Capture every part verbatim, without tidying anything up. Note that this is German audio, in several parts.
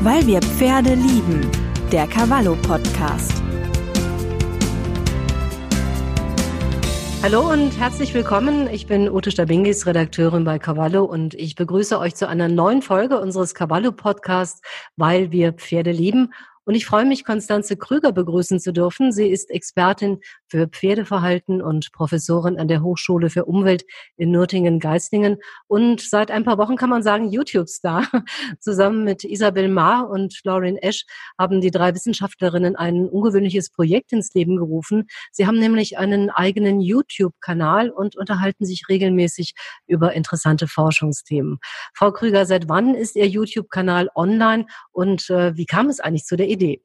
Weil wir Pferde lieben. Der Cavallo-Podcast. Hallo und herzlich willkommen. Ich bin Ute Stabingis, Redakteurin bei Cavallo, und ich begrüße euch zu einer neuen Folge unseres Cavallo-Podcasts, weil wir Pferde lieben. Und ich freue mich, Constanze Krüger begrüßen zu dürfen. Sie ist Expertin für Pferdeverhalten und Professorin an der Hochschule für Umwelt in Nürtingen-Geistingen. Und seit ein paar Wochen kann man sagen YouTube-Star. Zusammen mit Isabel Maar und Lauren Esch haben die drei Wissenschaftlerinnen ein ungewöhnliches Projekt ins Leben gerufen. Sie haben nämlich einen eigenen YouTube-Kanal und unterhalten sich regelmäßig über interessante Forschungsthemen. Frau Krüger, seit wann ist Ihr YouTube-Kanal online und äh, wie kam es eigentlich zu der Idee?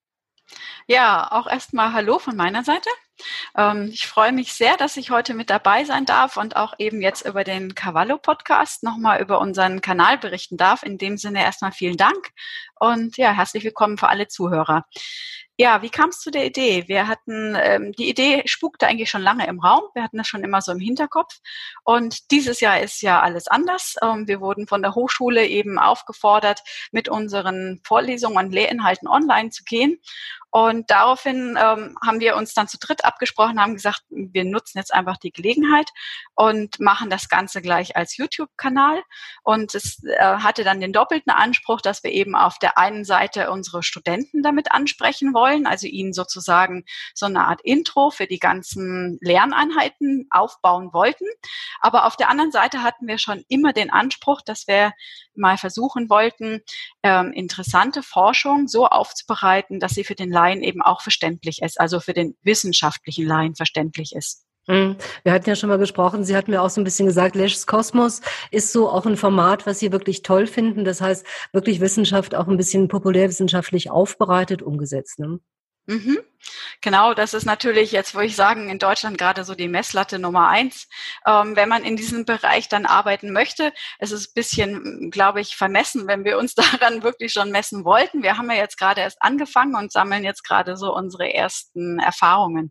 Ja, auch erstmal Hallo von meiner Seite. Ähm, ich freue mich sehr, dass ich heute mit dabei sein darf und auch eben jetzt über den Cavallo-Podcast nochmal über unseren Kanal berichten darf. In dem Sinne erstmal vielen Dank und ja, herzlich willkommen für alle Zuhörer. Ja, wie kam es zu der Idee? Wir hatten, ähm, die Idee spukte eigentlich schon lange im Raum. Wir hatten das schon immer so im Hinterkopf. Und dieses Jahr ist ja alles anders. Ähm, wir wurden von der Hochschule eben aufgefordert, mit unseren Vorlesungen und Lehrinhalten online zu gehen. Und daraufhin ähm, haben wir uns dann zu dritt abgesprochen, haben gesagt, wir nutzen jetzt einfach die Gelegenheit und machen das Ganze gleich als YouTube-Kanal. Und es äh, hatte dann den doppelten Anspruch, dass wir eben auf der einen Seite unsere Studenten damit ansprechen wollen, also ihnen sozusagen so eine Art Intro für die ganzen Lerneinheiten aufbauen wollten. Aber auf der anderen Seite hatten wir schon immer den Anspruch, dass wir mal versuchen wollten, ähm, interessante Forschung so aufzubereiten, dass sie für den Laien eben auch verständlich ist, also für den wissenschaftlichen Laien verständlich ist. Wir hatten ja schon mal gesprochen, Sie hatten mir auch so ein bisschen gesagt, Lesch's Kosmos ist so auch ein Format, was Sie wirklich toll finden. Das heißt, wirklich Wissenschaft auch ein bisschen populärwissenschaftlich aufbereitet, umgesetzt, ne? Mhm. Genau, das ist natürlich jetzt, würde ich sagen, in Deutschland gerade so die Messlatte Nummer eins. Ähm, wenn man in diesem Bereich dann arbeiten möchte, es ist ein bisschen, glaube ich, vermessen, wenn wir uns daran wirklich schon messen wollten. Wir haben ja jetzt gerade erst angefangen und sammeln jetzt gerade so unsere ersten Erfahrungen.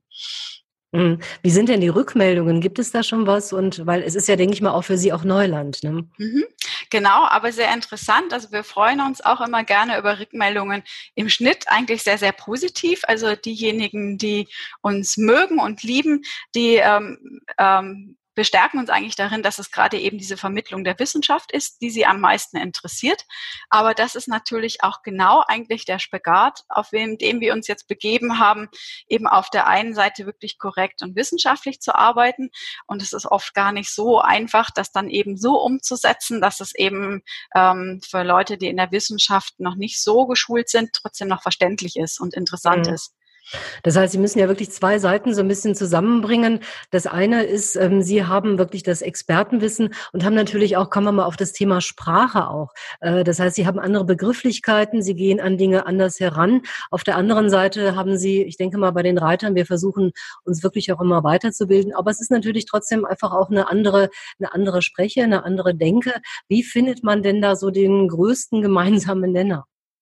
Wie sind denn die Rückmeldungen? Gibt es da schon was? Und weil es ist ja, denke ich mal, auch für Sie auch Neuland, ne? Mhm. Genau, aber sehr interessant. Also wir freuen uns auch immer gerne über Rückmeldungen, im Schnitt eigentlich sehr, sehr positiv. Also diejenigen, die uns mögen und lieben, die ähm, ähm, bestärken uns eigentlich darin, dass es gerade eben diese Vermittlung der Wissenschaft ist, die sie am meisten interessiert. Aber das ist natürlich auch genau eigentlich der Spagat, auf dem, dem wir uns jetzt begeben haben, eben auf der einen Seite wirklich korrekt und wissenschaftlich zu arbeiten. Und es ist oft gar nicht so einfach, das dann eben so umzusetzen, dass es eben ähm, für Leute, die in der Wissenschaft noch nicht so geschult sind, trotzdem noch verständlich ist und interessant mhm. ist. Das heißt, Sie müssen ja wirklich zwei Seiten so ein bisschen zusammenbringen. Das eine ist, ähm, Sie haben wirklich das Expertenwissen und haben natürlich auch, kommen wir mal auf das Thema Sprache auch. Äh, das heißt, Sie haben andere Begrifflichkeiten, Sie gehen an Dinge anders heran. Auf der anderen Seite haben Sie, ich denke mal bei den Reitern, wir versuchen uns wirklich auch immer weiterzubilden, aber es ist natürlich trotzdem einfach auch eine andere, eine andere Spreche, eine andere Denke. Wie findet man denn da so den größten gemeinsamen Nenner?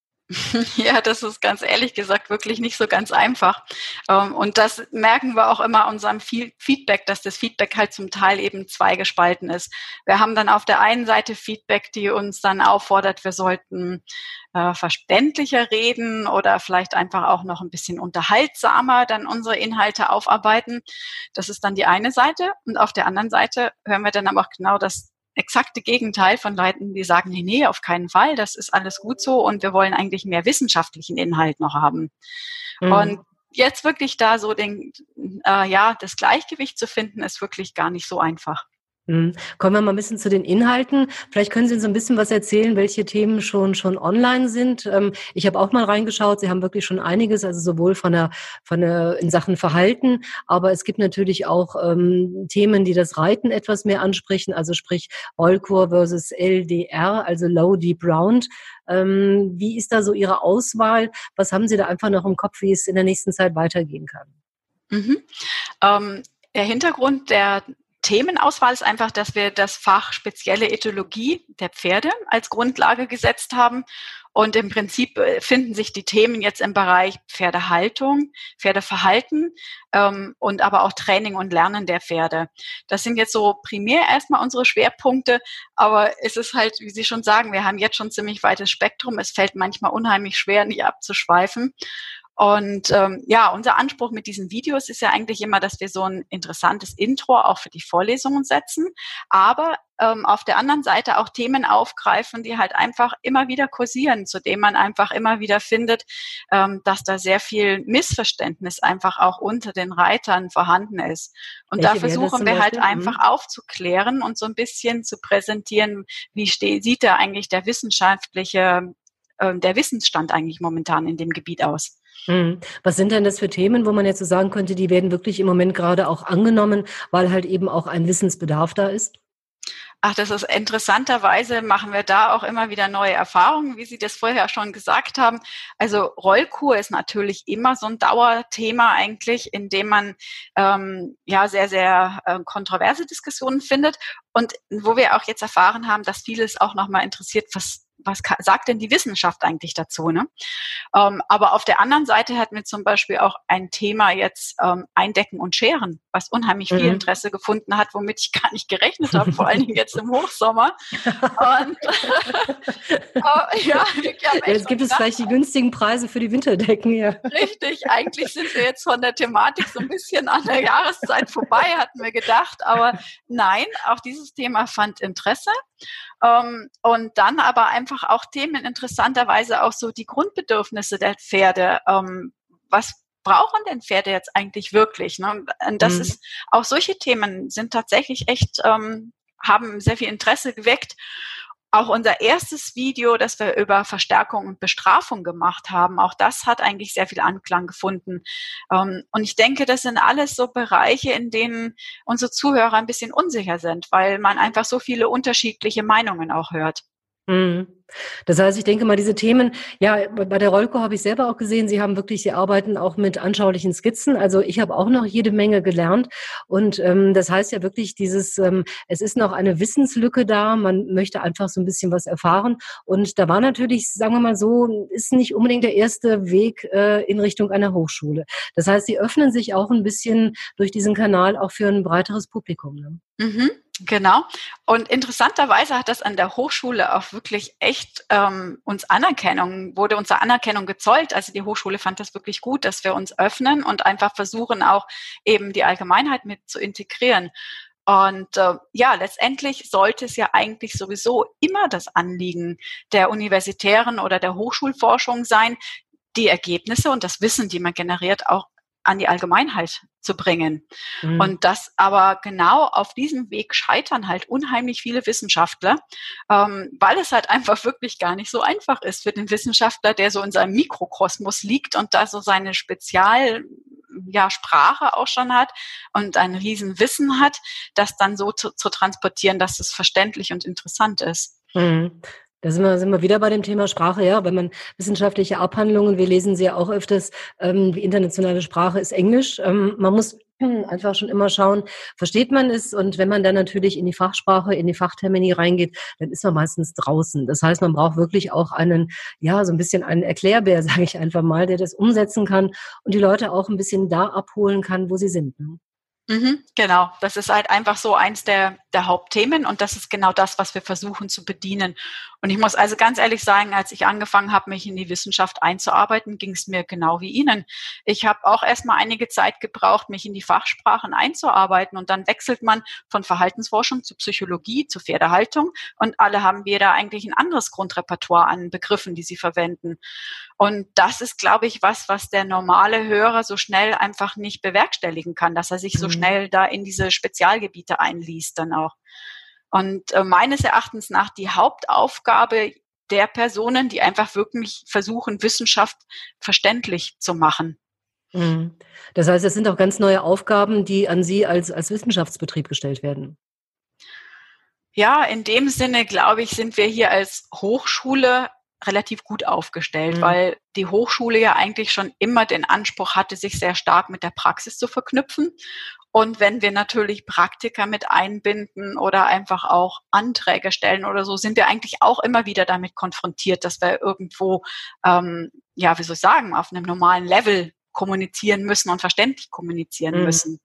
Ja, das ist ganz ehrlich gesagt wirklich nicht so ganz einfach. Und das merken wir auch immer unserem Feedback, dass das Feedback halt zum Teil eben zweigespalten ist. Wir haben dann auf der einen Seite Feedback, die uns dann auffordert, wir sollten äh, verständlicher reden oder vielleicht einfach auch noch ein bisschen unterhaltsamer dann unsere Inhalte aufarbeiten. Das ist dann die eine Seite. Und auf der anderen Seite hören wir dann aber auch genau das exakte Gegenteil von Leuten, die sagen, nee, nee, auf keinen Fall, das ist alles gut so und wir wollen eigentlich mehr wissenschaftlichen Inhalt noch haben. Mhm. Und jetzt wirklich da so den, äh, ja, das Gleichgewicht zu finden, ist wirklich gar nicht so einfach. Kommen wir mal ein bisschen zu den Inhalten. Vielleicht können Sie uns ein bisschen was erzählen, welche Themen schon schon online sind. Ich habe auch mal reingeschaut. Sie haben wirklich schon einiges, also sowohl von der von der in Sachen Verhalten, aber es gibt natürlich auch ähm, Themen, die das Reiten etwas mehr ansprechen. Also sprich Rollkur versus L D R, also Low Deep Round. Ähm, wie ist da so Ihre Auswahl? Was haben Sie da einfach noch im Kopf, wie es in der nächsten Zeit weitergehen kann? Mhm. Ähm, der Hintergrund der Themenauswahl ist einfach, dass wir das Fach spezielle Ethologie der Pferde als Grundlage gesetzt haben. Und im Prinzip finden sich die Themen jetzt im Bereich Pferdehaltung, Pferdeverhalten ähm, und aber auch Training und Lernen der Pferde. Das sind jetzt so primär erstmal unsere Schwerpunkte, aber es ist halt, wie Sie schon sagen, wir haben jetzt schon ein ziemlich weites Spektrum. Es fällt manchmal unheimlich schwer, nicht abzuschweifen. Und ähm, ja, unser Anspruch mit diesen Videos ist ja eigentlich immer, dass wir so ein interessantes Intro auch für die Vorlesungen setzen, aber ähm, auf der anderen Seite auch Themen aufgreifen, die halt einfach immer wieder kursieren, zu denen man einfach immer wieder findet, ähm, dass da sehr viel Missverständnis einfach auch unter den Reitern vorhanden ist. Und Welche da versuchen wir halt einfach aufzuklären und so ein bisschen zu präsentieren, wie ste- sieht da eigentlich der wissenschaftliche, äh, der Wissensstand eigentlich momentan in dem Gebiet aus. Mhm. Was sind denn das für Themen, wo man jetzt so sagen könnte, die werden wirklich im Moment gerade auch angenommen, weil halt eben auch ein Wissensbedarf da ist? Ach, das ist interessanterweise, machen wir da auch immer wieder neue Erfahrungen, wie Sie das vorher schon gesagt haben. Also Rollkur ist natürlich immer so ein Dauerthema eigentlich, in dem man ähm, ja sehr, sehr äh, kontroverse Diskussionen findet und wo wir auch jetzt erfahren haben, dass vieles auch nochmal interessiert, was was sagt denn die Wissenschaft eigentlich dazu, ne? Ähm, aber auf der anderen Seite hatten wir zum Beispiel auch ein Thema jetzt ähm, Eindecken und Scheren, was unheimlich viel Mhm. Interesse gefunden hat, womit ich gar nicht gerechnet habe, vor allen Dingen jetzt im Hochsommer. Und äh, ja, ich hab echt Jetzt gibt es gedacht, vielleicht die günstigen Preise für die Winterdecken, ja. richtig, eigentlich sind wir jetzt von der Thematik so ein bisschen an der Jahreszeit vorbei, hatten wir gedacht. Aber nein, auch dieses Thema fand Interesse. Ähm, und dann aber einfach auch Themen interessanterweise auch so die Grundbedürfnisse der Pferde. Ähm, was brauchen denn Pferde jetzt eigentlich wirklich? Ne? Und das Mhm. ist, auch solche Themen sind tatsächlich echt, ähm, haben sehr viel Interesse geweckt. Auch unser erstes Video, das wir über Verstärkung und Bestrafung gemacht haben, auch das hat eigentlich sehr viel Anklang gefunden. Und ich denke, das sind alles so Bereiche, in denen unsere Zuhörer ein bisschen unsicher sind, weil man einfach so viele unterschiedliche Meinungen auch hört. Mhm. Das heißt, ich denke mal, diese Themen, ja, bei der Rollco habe ich selber auch gesehen, Sie haben wirklich, Sie arbeiten auch mit anschaulichen Skizzen. Also ich habe auch noch jede Menge gelernt. Und ähm, das heißt ja wirklich dieses, ähm, es ist noch eine Wissenslücke da. Man möchte einfach so ein bisschen was erfahren. Und da war natürlich, sagen wir mal so, ist nicht unbedingt der erste Weg äh, in Richtung einer Hochschule. Das heißt, Sie öffnen sich auch ein bisschen durch diesen Kanal auch für ein breiteres Publikum. Ne? Mhm, genau. Und interessanterweise hat das an der Hochschule auch wirklich echt ähm, uns Anerkennung, wurde uns Anerkennung gezollt. Also die Hochschule fand das wirklich gut, dass wir uns öffnen und einfach versuchen auch eben die Allgemeinheit mit zu integrieren. Und äh, ja, letztendlich sollte es ja eigentlich sowieso immer das Anliegen der universitären oder der Hochschulforschung sein, die Ergebnisse und das Wissen, die man generiert, auch an die Allgemeinheit zu bringen. Mhm. Und das aber genau auf diesem Weg scheitern halt unheimlich viele Wissenschaftler, ähm, weil es halt einfach wirklich gar nicht so einfach ist für den Wissenschaftler, der so in seinem Mikrokosmos liegt und da so seine Spezial ja, Sprache auch schon hat und ein Riesenwissen hat, das dann so zu, zu transportieren, dass es verständlich und interessant ist. Mhm. Da sind wir, sind wir wieder bei dem Thema Sprache, ja. Wenn man wissenschaftliche Abhandlungen, wir lesen sie ja auch öfters, ähm, die internationale Sprache ist Englisch. Ähm, man muss einfach schon immer schauen, versteht man es? Und wenn man dann natürlich in die Fachsprache, in die Fachtermini reingeht, dann ist man meistens draußen. Das heißt, man braucht wirklich auch einen, ja, so ein bisschen einen Erklärbär, sage ich einfach mal, der das umsetzen kann und die Leute auch ein bisschen da abholen kann, wo sie sind. Ne? Mhm, genau, das ist halt einfach so eins der, der Hauptthemen und das ist genau das, was wir versuchen zu bedienen. Und ich muss also ganz ehrlich sagen, als ich angefangen habe, mich in die Wissenschaft einzuarbeiten, ging es mir genau wie Ihnen. Ich habe auch erstmal einige Zeit gebraucht, mich in die Fachsprachen einzuarbeiten und dann wechselt man von Verhaltensforschung zu Psychologie, zu Pferdehaltung und alle haben wir da eigentlich ein anderes Grundrepertoire an Begriffen, die sie verwenden. Und das ist, glaube ich, was, was der normale Hörer so schnell einfach nicht bewerkstelligen kann, dass er sich so schnell da in diese Spezialgebiete einliest dann auch. Und äh, meines Erachtens nach die Hauptaufgabe der Personen, die einfach wirklich versuchen, Wissenschaft verständlich zu machen. Das heißt, es sind auch ganz neue Aufgaben, die an Sie als, als Wissenschaftsbetrieb gestellt werden. Ja, in dem Sinne, glaube ich, sind wir hier als Hochschule relativ gut aufgestellt, mhm. weil die Hochschule ja eigentlich schon immer den Anspruch hatte, sich sehr stark mit der Praxis zu verknüpfen. Und wenn wir natürlich Praktiker mit einbinden oder einfach auch Anträge stellen oder so, sind wir eigentlich auch immer wieder damit konfrontiert, dass wir irgendwo, ähm, ja, wie soll ich sagen, auf einem normalen Level kommunizieren müssen und verständlich kommunizieren Mhm. müssen.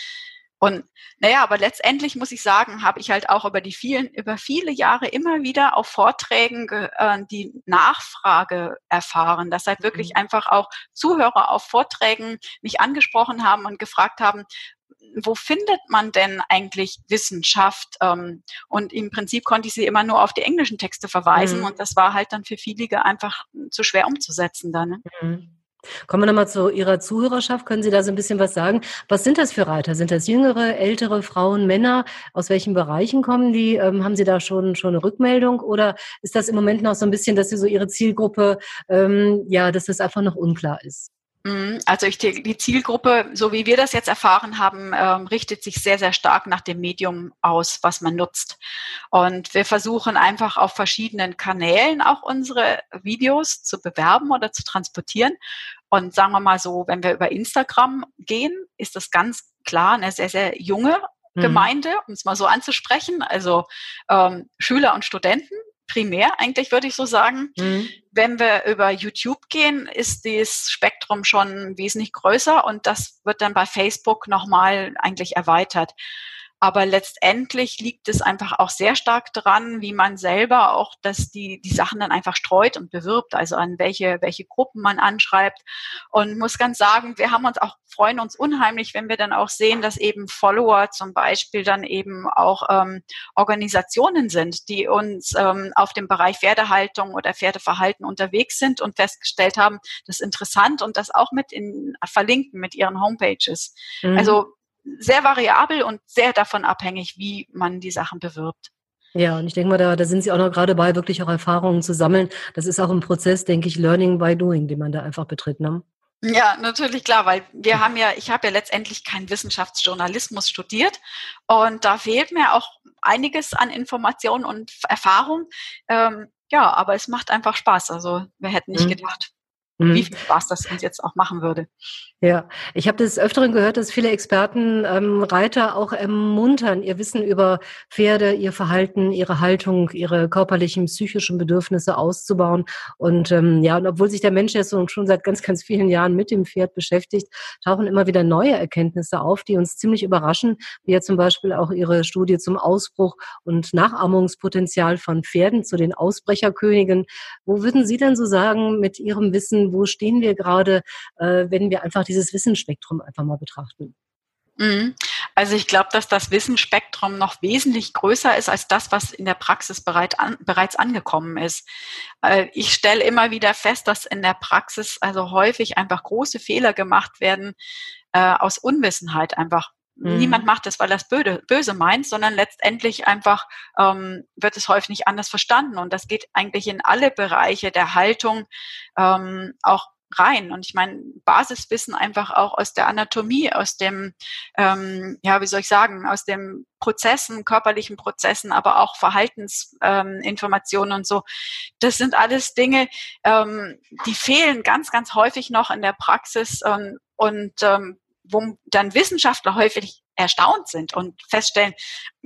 Und naja, aber letztendlich muss ich sagen, habe ich halt auch über die vielen, über viele Jahre immer wieder auf Vorträgen äh, die Nachfrage erfahren, dass halt wirklich Mhm. einfach auch Zuhörer auf Vorträgen mich angesprochen haben und gefragt haben, wo findet man denn eigentlich Wissenschaft? Ähm, und im Prinzip konnte ich sie immer nur auf die englischen Texte verweisen Mhm. und das war halt dann für viele einfach zu schwer umzusetzen dann. Ne? Mhm. Kommen wir nochmal zu Ihrer Zuhörerschaft. Können Sie da so ein bisschen was sagen? Was sind das für Reiter? Sind das jüngere, ältere Frauen, Männer? Aus welchen Bereichen kommen die? Ähm, haben Sie da schon schon eine Rückmeldung? Oder ist das im Moment noch so ein bisschen, dass Sie so Ihre Zielgruppe, ähm, ja, dass das einfach noch unklar ist? Mhm. Also ich, die, die Zielgruppe, so wie wir das jetzt erfahren haben, ähm, richtet sich sehr, sehr stark nach dem Medium aus, was man nutzt. Und wir versuchen einfach auf verschiedenen Kanälen auch unsere Videos zu bewerben oder zu transportieren. Und sagen wir mal so, wenn wir über Instagram gehen, ist das ganz klar eine sehr, sehr junge Mhm. Gemeinde, um es mal so anzusprechen. Also ähm, Schüler und Studenten primär eigentlich, würde ich so sagen. Mhm. Wenn wir über YouTube gehen, ist das Spektrum schon wesentlich größer und das wird dann bei Facebook nochmal eigentlich erweitert. Aber letztendlich liegt es einfach auch sehr stark dran, wie man selber auch, dass die, die Sachen dann einfach streut und bewirbt, also an welche, welche Gruppen man anschreibt. Und muss ganz sagen, wir haben uns auch, freuen uns unheimlich, wenn wir dann auch sehen, dass eben Follower zum Beispiel dann eben auch ähm, Organisationen sind, die uns ähm, auf dem Bereich Pferdehaltung oder Pferdeverhalten unterwegs sind und festgestellt haben, das ist interessant und das auch mit in verlinken mit ihren Homepages. Mhm. Also sehr variabel und sehr davon abhängig, wie man die Sachen bewirbt. Ja, und ich denke mal, da da sind Sie auch noch gerade bei, wirklich auch Erfahrungen zu sammeln. Das ist auch ein Prozess, denke ich, Learning by Doing, den man da einfach betritt, ne? Ja, natürlich, klar, weil wir haben ja, ich habe ja letztendlich keinen Wissenschaftsjournalismus studiert und da fehlt mir auch einiges an Informationen und Erfahrung. Ähm, ja, aber es macht einfach Spaß. Also wir hätten nicht Mhm. gedacht, wie Mhm. viel Spaß das uns jetzt auch machen würde. Ja, ich habe des Öfteren gehört, dass viele Experten ähm, Reiter auch ermuntern, ihr Wissen über Pferde, ihr Verhalten, ihre Haltung, ihre körperlichen, psychischen Bedürfnisse auszubauen. Und ähm, ja, und obwohl sich der Mensch jetzt so schon seit ganz, ganz vielen Jahren mit dem Pferd beschäftigt, tauchen immer wieder neue Erkenntnisse auf, die uns ziemlich überraschen, wie ja zum Beispiel auch Ihre Studie zum Ausbruch und Nachahmungspotenzial von Pferden zu den Ausbrecherkönigen. Wo würden Sie denn so sagen, mit Ihrem Wissen, wo stehen wir gerade, äh, wenn wir einfach dieses Wissensspektrum einfach mal betrachten? Mhm. Also ich glaube, dass das Wissensspektrum noch wesentlich größer ist als das, was in der Praxis bereit an, bereits angekommen ist. Äh, ich stelle immer wieder fest, dass in der Praxis also häufig einfach große Fehler gemacht werden äh, aus Unwissenheit einfach. Niemand Mhm. macht es, weil er es böse, böse meint, sondern letztendlich einfach ähm, wird es häufig nicht anders verstanden. Und das geht eigentlich in alle Bereiche der Haltung, ähm, auch rein. Und ich meine, Basiswissen einfach auch aus der Anatomie, aus dem, ähm, ja, wie soll ich sagen, aus den Prozessen, körperlichen Prozessen, aber auch Verhaltensinformationen ähm, und so. Das sind alles Dinge, ähm, die fehlen ganz, ganz häufig noch in der Praxis ähm, und ähm, wo dann Wissenschaftler häufig erstaunt sind und feststellen,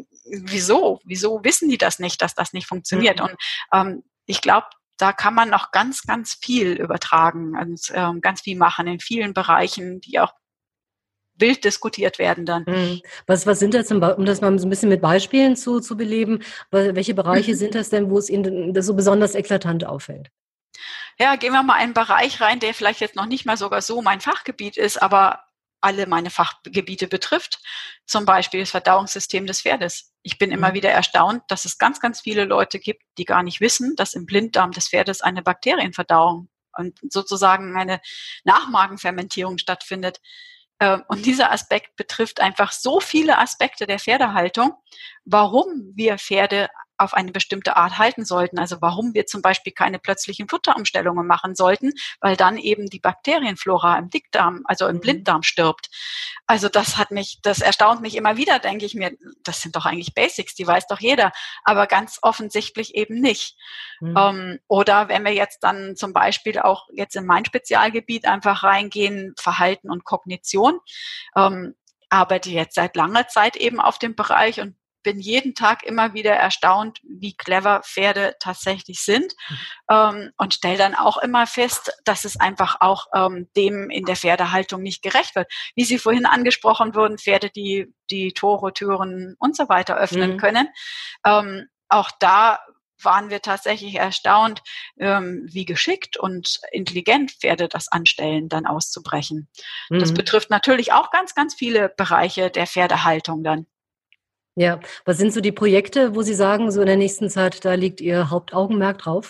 wieso, wieso wissen die das nicht, dass das nicht funktioniert? Mhm. Und ähm, ich glaube, da kann man noch ganz, ganz viel übertragen und ähm, ganz viel machen in vielen Bereichen, die auch wild diskutiert werden dann. Mhm. Was was sind das zum Bei um das mal so ein bisschen mit Beispielen zu zu beleben, wel welche Bereiche Mhm. sind das denn, wo es Ihnen denn das so besonders eklatant auffällt? Ja, gehen wir mal in einen Bereich rein, der vielleicht jetzt noch nicht mal sogar so mein Fachgebiet ist, aber alle meine Fachgebiete betrifft. Zum Beispiel das Verdauungssystem des Pferdes. Ich bin immer Mhm. wieder erstaunt, dass es ganz, ganz viele Leute gibt, die gar nicht wissen, dass im Blinddarm des Pferdes eine Bakterienverdauung und sozusagen eine Nachmagenfermentierung stattfindet. Ähm, Und dieser Aspekt betrifft einfach so viele Aspekte der Pferdehaltung, warum wir Pferde auf eine bestimmte Art halten sollten. Also warum wir zum Beispiel keine plötzlichen Futterumstellungen machen sollten, weil dann eben die Bakterienflora im Dickdarm, also im Mhm. Blinddarm stirbt. Also das hat mich, das erstaunt mich immer wieder, denke ich mir, das sind doch eigentlich Basics, die weiß doch jeder, aber ganz offensichtlich eben nicht. Mhm. Ähm, oder wenn wir jetzt dann zum Beispiel auch jetzt in mein Spezialgebiet einfach reingehen, Verhalten und Kognition. Ähm, arbeite jetzt seit langer Zeit eben auf dem Bereich und bin jeden Tag immer wieder erstaunt, wie clever Pferde tatsächlich sind, mhm. ähm, und stelle dann auch immer fest, dass es einfach auch ähm, dem in der Pferdehaltung nicht gerecht wird. Wie Sie vorhin angesprochen wurden, Pferde, die die Tore, Türen und so weiter öffnen mhm. können. Ähm, auch da waren wir tatsächlich erstaunt, ähm, wie geschickt und intelligent Pferde das anstellen, dann auszubrechen. Mhm. Das betrifft natürlich auch ganz, ganz viele Bereiche der Pferdehaltung dann. Ja, was sind so die Projekte, wo Sie sagen, so in der nächsten Zeit, da liegt Ihr Hauptaugenmerk drauf?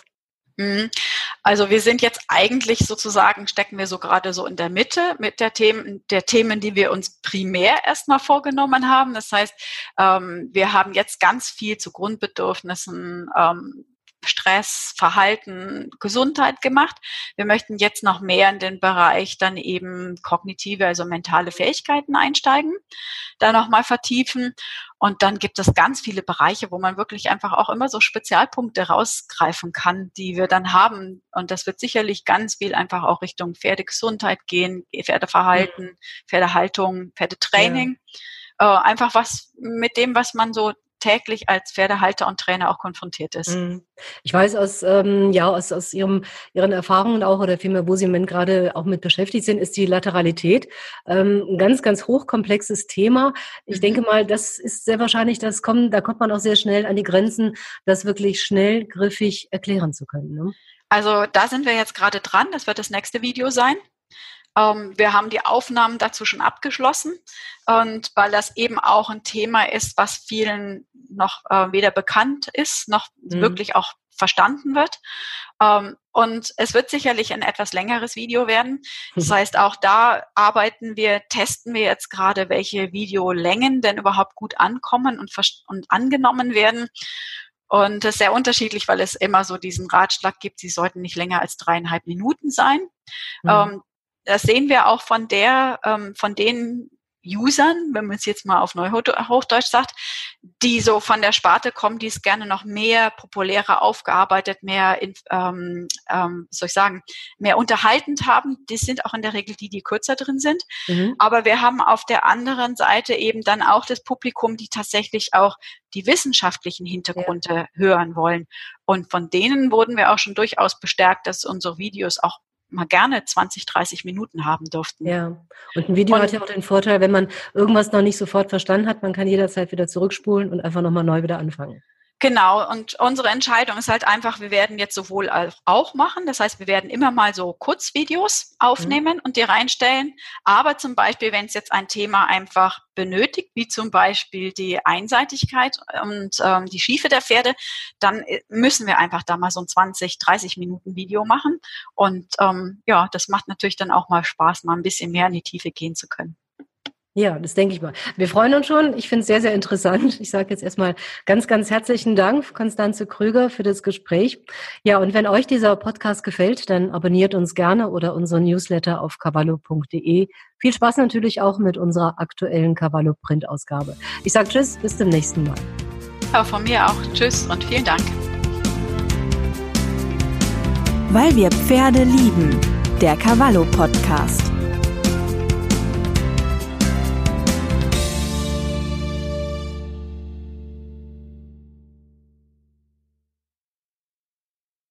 Also wir sind jetzt eigentlich sozusagen, stecken wir so gerade so in der Mitte mit der Themen, der Themen, die wir uns primär erstmal vorgenommen haben. Das heißt, ähm, wir haben jetzt ganz viel zu Grundbedürfnissen, ähm, Stress, Verhalten, Gesundheit gemacht. Wir möchten jetzt noch mehr in den Bereich dann eben kognitive, also mentale Fähigkeiten einsteigen, da nochmal vertiefen. Und dann gibt es ganz viele Bereiche, wo man wirklich einfach auch immer so Spezialpunkte rausgreifen kann, die wir dann haben. Und das wird sicherlich ganz viel einfach auch Richtung Pferdegesundheit gehen, Pferdeverhalten, Pferdehaltung, Pferdetraining. Ja. Äh, einfach was mit dem, was man so täglich als Pferdehalter und Trainer auch konfrontiert ist. Ich weiß aus, ähm, ja, aus, aus ihrem, Ihren Erfahrungen auch oder vielmehr, wo Sie im Moment gerade auch mit beschäftigt sind, ist die Lateralität ähm, ein ganz, ganz hochkomplexes Thema. Ich mhm. denke mal, das ist sehr wahrscheinlich, das kommt, da kommt man auch sehr schnell an die Grenzen, das wirklich schnell, griffig erklären zu können. Ne? Also da sind wir jetzt gerade dran. Das wird das nächste Video sein. Wir haben die Aufnahmen dazu schon abgeschlossen und weil das eben auch ein Thema ist, was vielen noch äh, weder bekannt ist, noch mhm. wirklich auch verstanden wird. Ähm, und es wird sicherlich ein etwas längeres Video werden. Das heißt, auch da arbeiten wir, testen wir jetzt gerade, welche Videolängen denn überhaupt gut ankommen und, und angenommen werden. Und das ist sehr unterschiedlich, weil es immer so diesen Ratschlag gibt, sie sollten nicht länger als dreieinhalb Minuten sein. Mhm. Ähm, Das sehen wir auch von der, ähm, von den Usern, wenn man es jetzt mal auf Neuhochdeutsch sagt, die so von der Sparte kommen, die es gerne noch mehr populärer aufgearbeitet, mehr, in, ähm, ähm, soll ich sagen, mehr unterhaltend haben. Die sind auch in der Regel die, die kürzer drin sind. Mhm. Aber wir haben auf der anderen Seite eben dann auch das Publikum, die tatsächlich auch die wissenschaftlichen Hintergründe ja. hören wollen. Und von denen wurden wir auch schon durchaus bestärkt, dass unsere Videos auch mal gerne zwanzig, dreißig Minuten haben durften. Ja, und ein Video und, hat ja auch den Vorteil, wenn man irgendwas noch nicht sofort verstanden hat, man kann jederzeit wieder zurückspulen und einfach nochmal neu wieder anfangen. Genau, und unsere Entscheidung ist halt einfach, wir werden jetzt sowohl auch machen, das heißt, wir werden immer mal so Kurzvideos aufnehmen mhm. und die reinstellen, aber zum Beispiel, wenn es jetzt ein Thema einfach benötigt, wie zum Beispiel die Einseitigkeit und ähm, die Schiefe der Pferde, dann müssen wir einfach da mal so ein zwanzig, dreißig Minuten Video machen und ähm, ja, das macht natürlich dann auch mal Spaß, mal ein bisschen mehr in die Tiefe gehen zu können. Ja, das denke ich mal. Wir freuen uns schon. Ich finde es sehr, sehr interessant. Ich sage jetzt erstmal ganz, ganz herzlichen Dank, Constanze Krüger, für das Gespräch. Ja, und wenn euch dieser Podcast gefällt, dann abonniert uns gerne oder unseren Newsletter auf cavallo punkt de. Viel Spaß natürlich auch mit unserer aktuellen Cavallo-Print-Ausgabe. Ich sage Tschüss, bis zum nächsten Mal. Ja, von mir auch Tschüss und vielen Dank. Weil wir Pferde lieben. Der Cavallo Podcast.